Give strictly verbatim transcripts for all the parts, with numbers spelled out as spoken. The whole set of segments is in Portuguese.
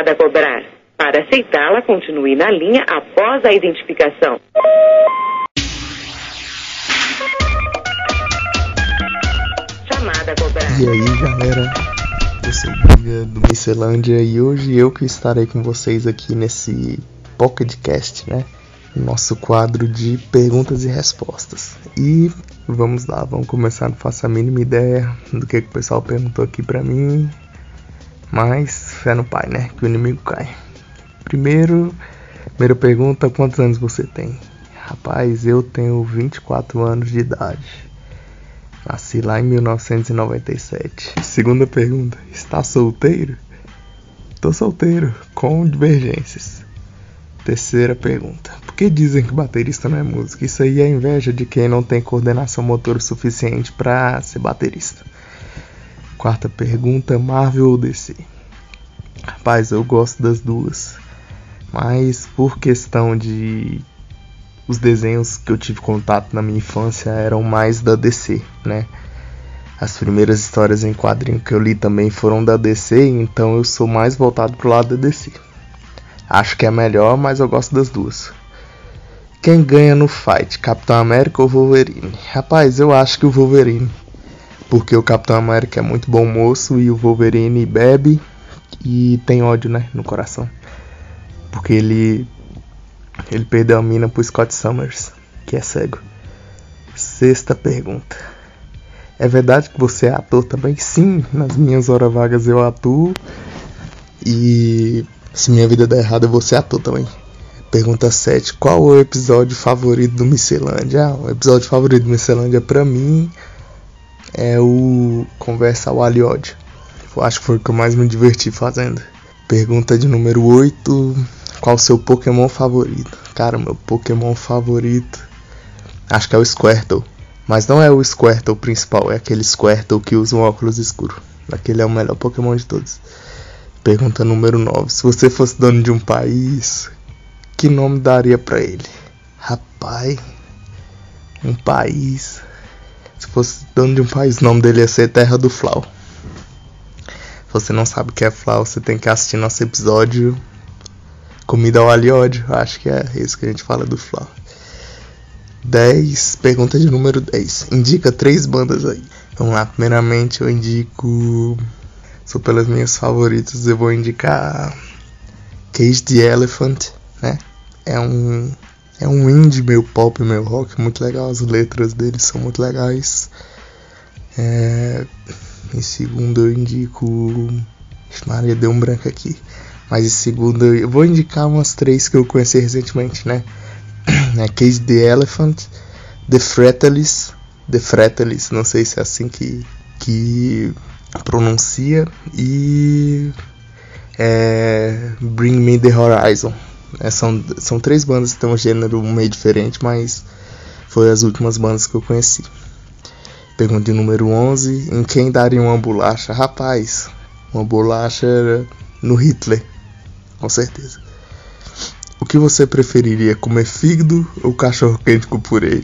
Chamada a cobrar. Para aceitá-la, continue na linha após a identificação. Chamada a cobrar. E aí, galera? Eu sou o Briga do Miscelândia e hoje eu que estarei com vocês aqui nesse podcast, né? Nosso quadro de perguntas e respostas. E vamos lá, vamos começar. Não faço a mínima ideia do que, que o pessoal perguntou aqui pra mim. Mas fé no pai, né? Que o inimigo cai. Primeiro, primeira pergunta, quantos anos você tem? Rapaz, eu tenho vinte e quatro anos de idade. Nasci lá em mil novecentos e noventa e sete. Segunda pergunta, está solteiro? Tô solteiro, com divergências. Terceira pergunta, por que dizem que baterista não é músico? Isso aí é inveja de quem não tem coordenação motora suficiente pra ser baterista. Quarta pergunta, Marvel ou D C? Rapaz, eu gosto das duas. Mas por questão de... Os desenhos que eu tive contato na minha infância eram mais da D C, né? As primeiras histórias em quadrinho que eu li também foram da D C, então eu sou mais voltado pro lado da D C. Acho que é melhor, mas eu gosto das duas. Quem ganha no fight, Capitão América ou Wolverine? Rapaz, eu acho que o Wolverine. Porque o Capitão América é muito bom moço e o Wolverine bebe e tem ódio, né, no coração. Porque ele... Ele perdeu a mina pro Scott Summers, que é cego. Sexta pergunta. É verdade que você é ator também? Sim, nas minhas horas vagas eu atuo. E se minha vida der errado eu vou ser ator também. Pergunta sete. Qual o episódio favorito do Miscelândia? Ah, o episódio favorito do Miscelândia pra mim é o Conversa ao Alho e Ódio. Eu acho que foi o que eu mais me diverti fazendo. Pergunta de número oito. Qual o seu Pokémon favorito? Cara, meu Pokémon favorito... Acho que é o Squirtle. Mas não é o Squirtle principal, é aquele Squirtle que usa um óculos escuro. Aquele é o melhor Pokémon de todos. Pergunta número nove. Se você fosse dono de um país, que nome daria pra ele? Rapaz... Um país... Se fosse dono de um país, o nome dele ia ser Terra do Flau. Se você não sabe o que é Flau, você tem que assistir nosso episódio... Comida ao alho e ódio, acho que é isso que a gente fala do Flau. dez, pergunta de número dez. Indica três bandas aí. Vamos lá, primeiramente eu indico... Sou pelas minhas favoritas, eu vou indicar... Cage the Elephant, né? É um... É um indie meio pop, meio rock, muito legal. As letras deles são muito legais. É... Em segundo eu indico... Maria, deu um branco aqui. Mas em segundo eu vou indicar umas três que eu conheci recentemente, né? É Cage the Elephant, The Fretless, The Fretless, não sei se é assim que, que pronuncia, e é, Bring Me the Horizon. É, são, são três bandas que têm um gênero meio diferente, mas foi as últimas bandas que eu conheci. Pergunta de número onze, em quem daria uma bolacha? Rapaz, uma bolacha no Hitler. Com certeza. O que você preferiria, comer fígado ou cachorro quente com purê?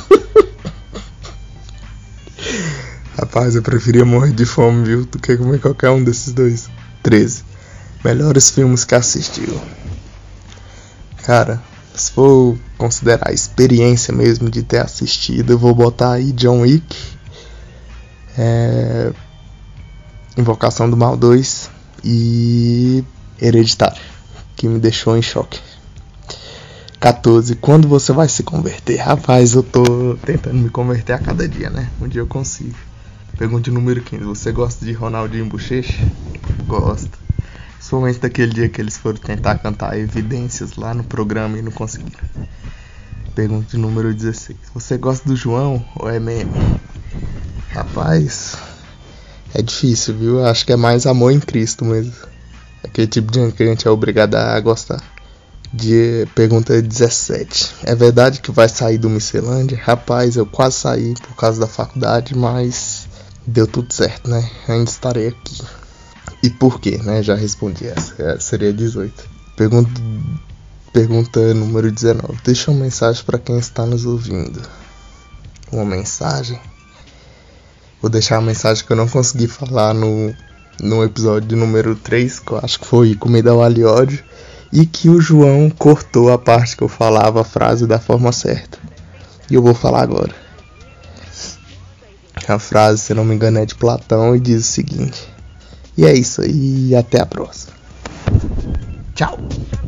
Rapaz, eu preferia morrer de fome, viu, do que comer qualquer um desses dois. treze. Melhores filmes que assistiu. Cara, se for considerar a experiência mesmo de ter assistido, eu vou botar aí John Wick, é... Invocação do Mal dois e Hereditário, que me deixou em choque. catorze. Quando você vai se converter? Rapaz, eu tô tentando me converter a cada dia, né? Um dia eu consigo. Pergunta número quinze. Você gosta de Ronaldinho Bochecha? Gosto. Somente daquele dia que eles foram tentar cantar Evidências lá no programa e não conseguiram. Pergunta número dezesseis. Você gosta do João ou é meme? Rapaz, é difícil, viu? Acho que é mais amor em Cristo mesmo. Aquele tipo de gente que a gente é obrigado a gostar. De pergunta dezessete. É verdade que vai sair do Miscelândia? Rapaz, eu quase saí por causa da faculdade, mas deu tudo certo, né? Ainda estarei aqui. E por quê, né? Já respondi essa. É, seria dezoito. Pergunta, pergunta número dezenove. Deixa uma mensagem para quem está nos ouvindo. Uma mensagem? Vou deixar a mensagem que eu não consegui falar no, no episódio número três, que eu acho que foi Comida ao Alho e Ódio, e que o João cortou a parte que eu falava a frase da forma certa. E eu vou falar agora. A frase, se não me engano, é de Platão e diz o seguinte: e é isso aí, até a próxima. Tchau!